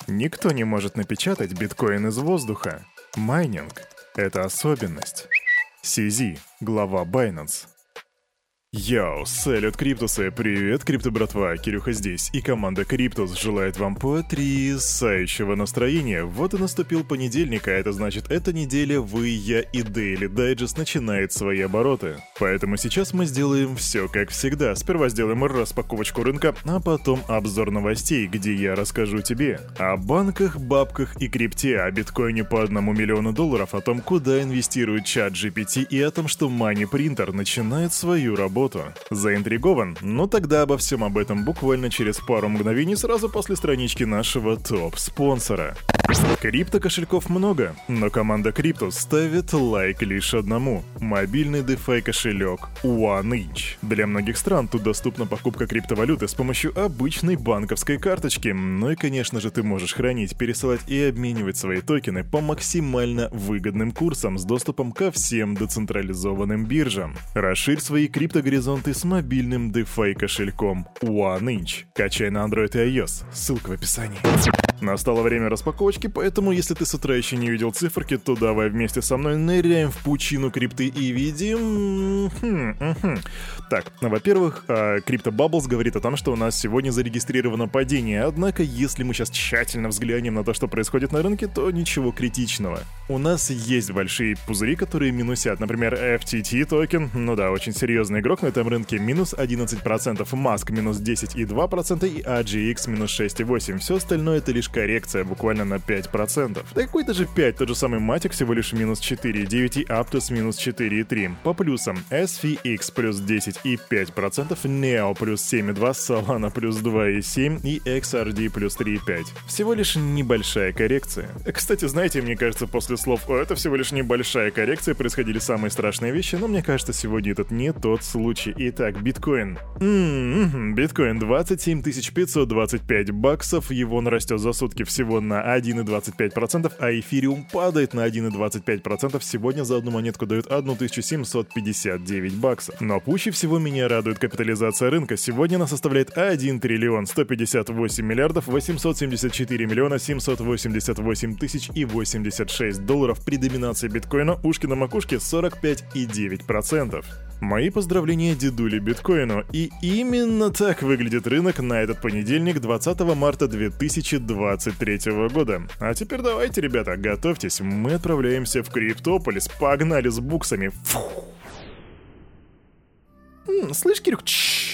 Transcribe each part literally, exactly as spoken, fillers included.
Никто не может напечатать биткоин из воздуха. Майнинг — это особенность. си зет, глава Binance. Йоу, салют, Криптусы, привет, крипто братва, Кирюха здесь, и команда Криптус желает вам потрясающего настроения. Вот и наступил понедельник, а это значит, эта неделя вы, я и Daily Digest начинает свои обороты. Поэтому сейчас мы сделаем все как всегда. Сперва сделаем распаковочку рынка, а потом обзор новостей, где я расскажу тебе о банках, бабках и крипте, о биткоине по одному миллиону долларов, о том, куда инвестирует чат джи пи ти и о том, что Money Printer начинает свою работу. Заинтригован? Ну тогда обо всем об этом буквально через пару мгновений сразу после странички нашего топ-спонсора. Крипто-кошельков много, но команда Криптус ставит лайк лишь одному – мобильный DeFi кошелек OneInch. Для многих стран тут доступна покупка криптовалюты с помощью обычной банковской карточки. Ну и, конечно же, ты можешь хранить, пересылать и обменивать свои токены по максимально выгодным курсам с доступом ко всем децентрализованным биржам. Расширь свои криптогоризонты с мобильным DeFi кошельком OneInch. Качай на Android и iOS, ссылка в описании. Настало время распаковочки, поэтому если ты с утра еще не видел циферки, то давай вместе со мной ныряем в пучину крипты и видим... Хм, хм. Так, во-первых, Crypto Bubbles говорит о том, что у нас сегодня зарегистрировано падение, однако если мы сейчас тщательно взглянем на то, что происходит на рынке, то ничего критичного. У нас есть большие пузыри, которые минусят, например, эф ти ти токен, ну да, очень серьезный игрок на этом рынке, минус одиннадцать процентов, Маск минус десять и два процента и эй джи икс минус шесть и восемь процентов. Все остальное это лишь коррекция, буквально на пять процентов. Да какой-то же пять, тот же самый Матик всего лишь минус четыре и девять и Aptos минус четыре и три. По плюсам эс ви икс плюс десять и пять процентов, Neo плюс семь и два, Solana плюс два и семь и икс ар ди плюс три и пять. Всего лишь небольшая коррекция. Кстати, знаете, мне кажется, после слов «О, это всего лишь небольшая коррекция» происходили самые страшные вещи, но мне кажется, сегодня этот не тот случай. Итак, биткоин. М-м-м, биткоин двадцать семь тысяч пятьсот двадцать пять баксов, его нарастет за сутки всего на один и двадцать пять процентов, а эфириум падает на один и двадцать пять процентов. Сегодня за одну монетку дают тысячу семьсот пятьдесят девять баксов. Но пуще всего меня радует капитализация рынка. Сегодня она составляет один триллион сто пятьдесят восемь миллиардов восемьсот семьдесят четыре миллиона семьсот восемьдесят восемь тысяч и восемьдесят шесть долларов при доминации биткоина. Ушки на макушке сорок пять и девять процентов. Мои поздравления дедуле биткоину. И именно так выглядит рынок на этот понедельник, двадцатого марта две тысячи двадцать третьего года. А теперь давайте, ребята, готовьтесь, мы отправляемся в Криптополис. Погнали с буксами. М, слышь, Кирюх,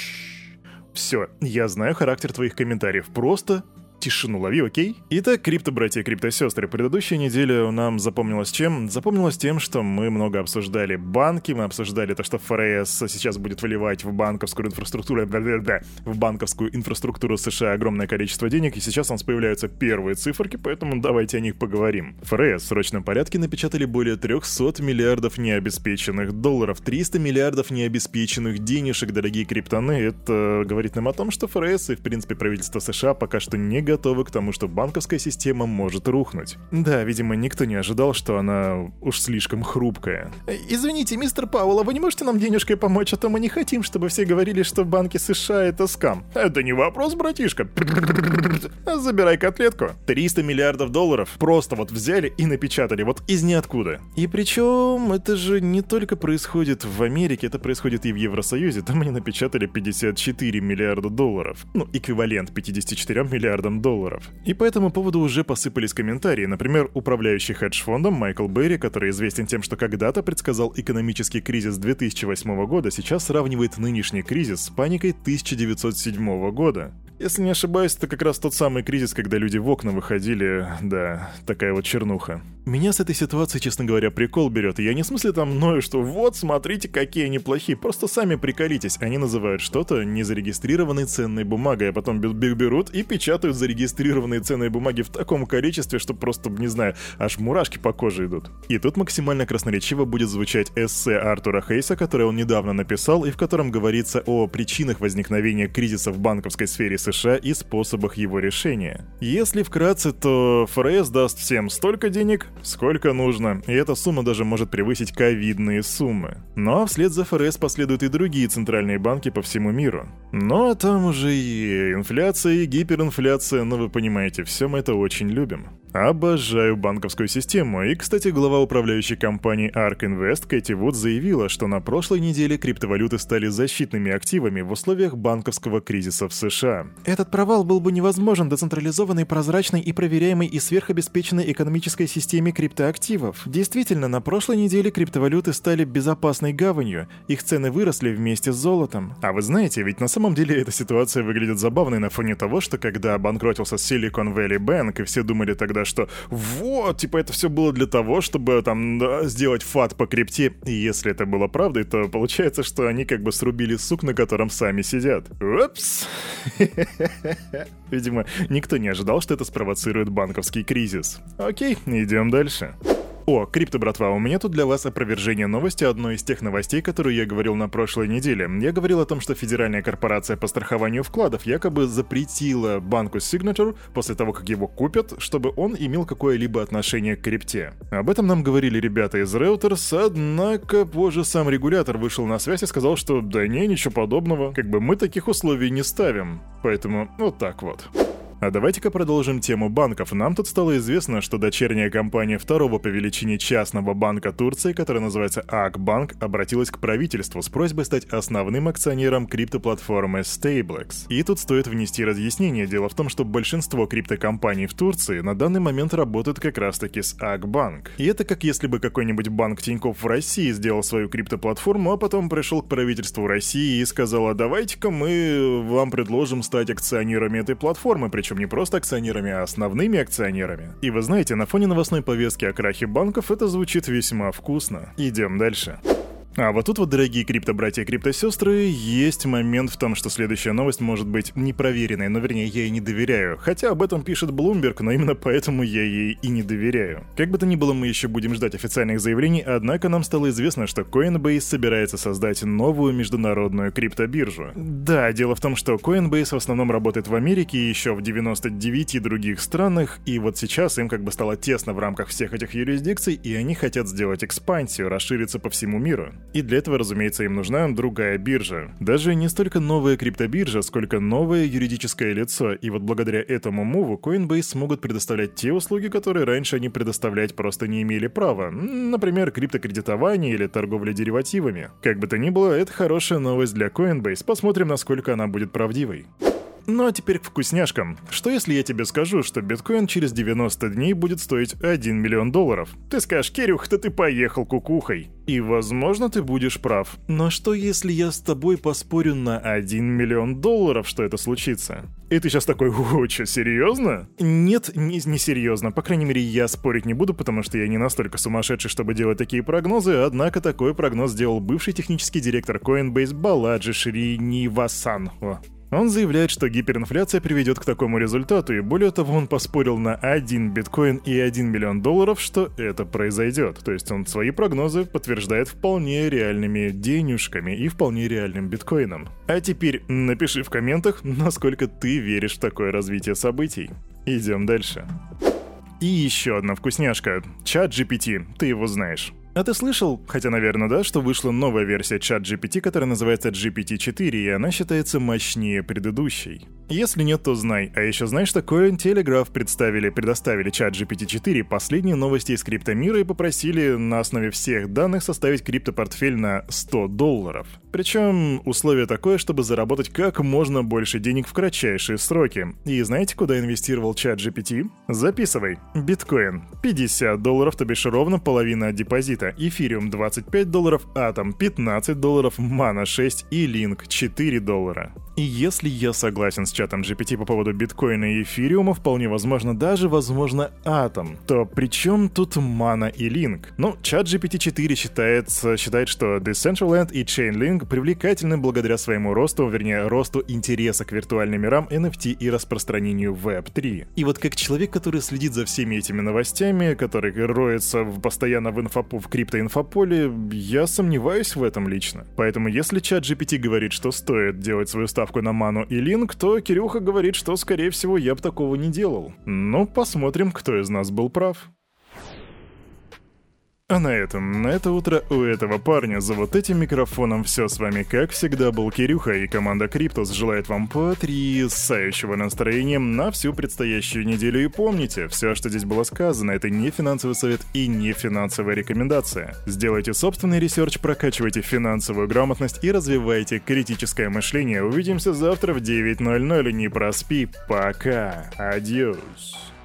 все, я знаю характер твоих комментариев. Просто... тишину лови, окей? Итак, крипто-братья и крипто-сестры, предыдущая неделя нам запомнилась чем? Запомнилась тем, что мы много обсуждали банки, мы обсуждали то, что эф ар эс сейчас будет вливать в банковскую инфраструктуру, в банковскую инфраструктуру США огромное количество денег, и сейчас у нас появляются первые циферки, поэтому давайте о них поговорим. эф ар эс в срочном порядке напечатали более триста миллиардов необеспеченных долларов, триста миллиардов необеспеченных денежек, дорогие криптоны. Это говорит нам о том, что эф ар эс и, в принципе, правительство США пока что не готовы к тому, что банковская система может рухнуть. Да, видимо, никто не ожидал, что она уж слишком хрупкая. Извините, мистер Пауэлл, а вы не можете нам денежкой помочь, а то мы не хотим, чтобы все говорили, что банки США это скам. Это не вопрос, братишка. Забирай котлетку. триста миллиардов долларов просто вот взяли и напечатали вот из ниоткуда. И причем это же не только происходит в Америке, это происходит и в Евросоюзе. Там они напечатали пятьдесят четыре миллиарда долларов. Ну, эквивалент пятьдесят четырем миллиардам долларов. И по этому поводу уже посыпались комментарии. Например, управляющий хедж-фондом Майкл Берри, который известен тем, что когда-то предсказал экономический кризис две тысячи восьмого года, сейчас сравнивает нынешний кризис с паникой тысяча девятьсот седьмого года. Если не ошибаюсь, это как раз тот самый кризис, когда люди в окна выходили, да, такая вот чернуха. Меня с этой ситуацией, честно говоря, прикол берет, и я не в смысле там ною, что вот, смотрите, какие они плохие, просто сами приколитесь. Они называют что-то незарегистрированной ценной бумагой, а потом берут и печатают зарегистрированные ценные бумаги в таком количестве, что просто, не знаю, аж мурашки по коже идут. И тут максимально красноречиво будет звучать эссе Артура Хейса, которое он недавно написал, и в котором говорится о причинах возникновения кризиса в банковской сфере США и способах его решения. Если вкратце, то эф ар эс даст всем столько денег, сколько нужно, и эта сумма даже может превысить ковидные суммы. Но вслед за эф ар эс последуют и другие центральные банки по всему миру. Ну а там уже и инфляция, и гиперинфляция, информация, но вы понимаете, все мы это очень любим. Обожаю банковскую систему, и, кстати, глава управляющей компании Ark Invest Кэти Вуд заявила, что на прошлой неделе криптовалюты стали защитными активами в условиях банковского кризиса в США. Этот провал был бы невозможен в децентрализованной, прозрачной и проверяемой и сверхобеспеченной экономической системе криптоактивов. Действительно, на прошлой неделе криптовалюты стали безопасной гаванью, их цены выросли вместе с золотом. А вы знаете, ведь на самом деле эта ситуация выглядит забавной на фоне того, что когда обанкротился Silicon Valley Bank, и все думали тогда, что вот, типа это все было для того, чтобы там да, сделать фат по крипте. И если это было правдой, то получается, что они как бы срубили сук, на котором сами сидят. Упс. Видимо, никто не ожидал, что это спровоцирует банковский кризис. Окей, идем дальше. О, крипто, братва, у меня тут для вас опровержение новости одной из тех новостей, которую я говорил на прошлой неделе. Я говорил о том, что Федеральная корпорация по страхованию вкладов якобы запретила банку Signature после того, как его купят, чтобы он имел какое-либо отношение к крипте. Об этом нам говорили ребята из Reuters, однако позже сам регулятор вышел на связь и сказал, что да не, ничего подобного, как бы мы таких условий не ставим. Поэтому вот так вот. А давайте-ка продолжим тему банков. Нам тут стало известно, что дочерняя компания второго по величине частного банка Турции, которая называется Акбанк, обратилась к правительству с просьбой стать основным акционером криптоплатформы Stablex. И тут стоит внести разъяснение. Дело в том, что большинство криптокомпаний в Турции на данный момент работают как раз-таки с Акбанк. И это как если бы какой-нибудь банк Тинькофф в России сделал свою криптоплатформу, а потом пришел к правительству России и сказал: а давайте-ка мы вам предложим стать акционерами этой платформы, причем Причем не просто акционерами, а основными акционерами. И вы знаете, на фоне новостной повестки о крахе банков это звучит весьма вкусно. Идем дальше. А вот тут вот, дорогие крипто-братья и крипто-сестры, есть момент в том, что следующая новость может быть непроверенной, но вернее я ей не доверяю. Хотя об этом пишет Bloomberg, но именно поэтому я ей и не доверяю. Как бы то ни было, мы еще будем ждать официальных заявлений, однако нам стало известно, что Coinbase собирается создать новую международную криптобиржу. Да, дело в том, что Coinbase в основном работает в Америке и еще в девяноста девяти других странах, и вот сейчас им как бы стало тесно в рамках всех этих юрисдикций, и они хотят сделать экспансию, расшириться по всему миру. И для этого, разумеется, им нужна другая биржа. Даже не столько новая криптобиржа, сколько новое юридическое лицо. И вот благодаря этому муву Coinbase смогут предоставлять те услуги, которые раньше они предоставлять просто не имели права. Например, криптокредитование или торговля деривативами. Как бы то ни было, это хорошая новость для Coinbase. Посмотрим, насколько она будет правдивой. Ну а теперь к вкусняшкам. Что если я тебе скажу, что биткоин через девяносто дней будет стоить один миллион долларов? Ты скажешь: Кирюх, ты поехал кукухой. И возможно ты будешь прав. Но что если я с тобой поспорю на один миллион долларов, что это случится? И ты сейчас такой: о, что, серьезно? Нет, не, не серьезно. По крайней мере, я спорить не буду, потому что я не настолько сумасшедший, чтобы делать такие прогнозы, однако такой прогноз сделал бывший технический директор Coinbase Баладжи Шринивасан. О. Он заявляет, что гиперинфляция приведет к такому результату, и более того, он поспорил на один биткоин и один миллион долларов, что это произойдет. То есть он свои прогнозы подтверждает вполне реальными денежками и вполне реальным биткоином. А теперь напиши в комментах, насколько ты веришь в такое развитие событий. Идем дальше. И еще одна вкусняшка. ChatGPT, ты его знаешь. А ты слышал, хотя, наверное, да, что вышла новая версия ChatGPT, которая называется джи пи ти четыре, и она считается мощнее предыдущей? Если нет, то знай. А еще знаешь, что Cointelegraph представили, предоставили ChatGPT четыре последние новости из криптомира и попросили на основе всех данных составить криптопортфель на сто долларов. Причем условие такое, чтобы заработать как можно больше денег в кратчайшие сроки. И знаете, куда инвестировал ChatGPT? Записывай. Биткоин пятьдесят долларов, то бишь ровно половина от депозита. Эфириум двадцать пять долларов, Атом пятнадцать долларов, Мана шесть и Линк четыре доллара. И если я согласен с чатом джи пи ти по поводу биткоина и эфириума, вполне возможно, даже возможно Атом, то при чем тут Мана и Линк? Ну, чат джи пи ти четыре считается, считает, что Decentraland и Chainlink привлекательны благодаря своему росту, вернее, росту интереса к виртуальным мирам, эн эф ти и распространению веб три. И вот как человек, который следит за всеми этими новостями, который роется в, постоянно в, инфопо, в криптоинфополе, я сомневаюсь в этом лично. Поэтому если чат джи пи ти говорит, что стоит делать свою ставку на Ману и Линк, то Кирюха говорит, что, скорее всего, я бы такого не делал. Ну, посмотрим, кто из нас был прав. А на этом, на это утро у этого парня за вот этим микрофоном все с вами, как всегда, был Кирюха, и команда Криптус желает вам потрясающего настроения на всю предстоящую неделю. И помните, все, что здесь было сказано, это не финансовый совет и не финансовая рекомендация. Сделайте собственный ресерч, прокачивайте финансовую грамотность и развивайте критическое мышление. Увидимся завтра в девять ноль ноль, не проспи, пока, адьос.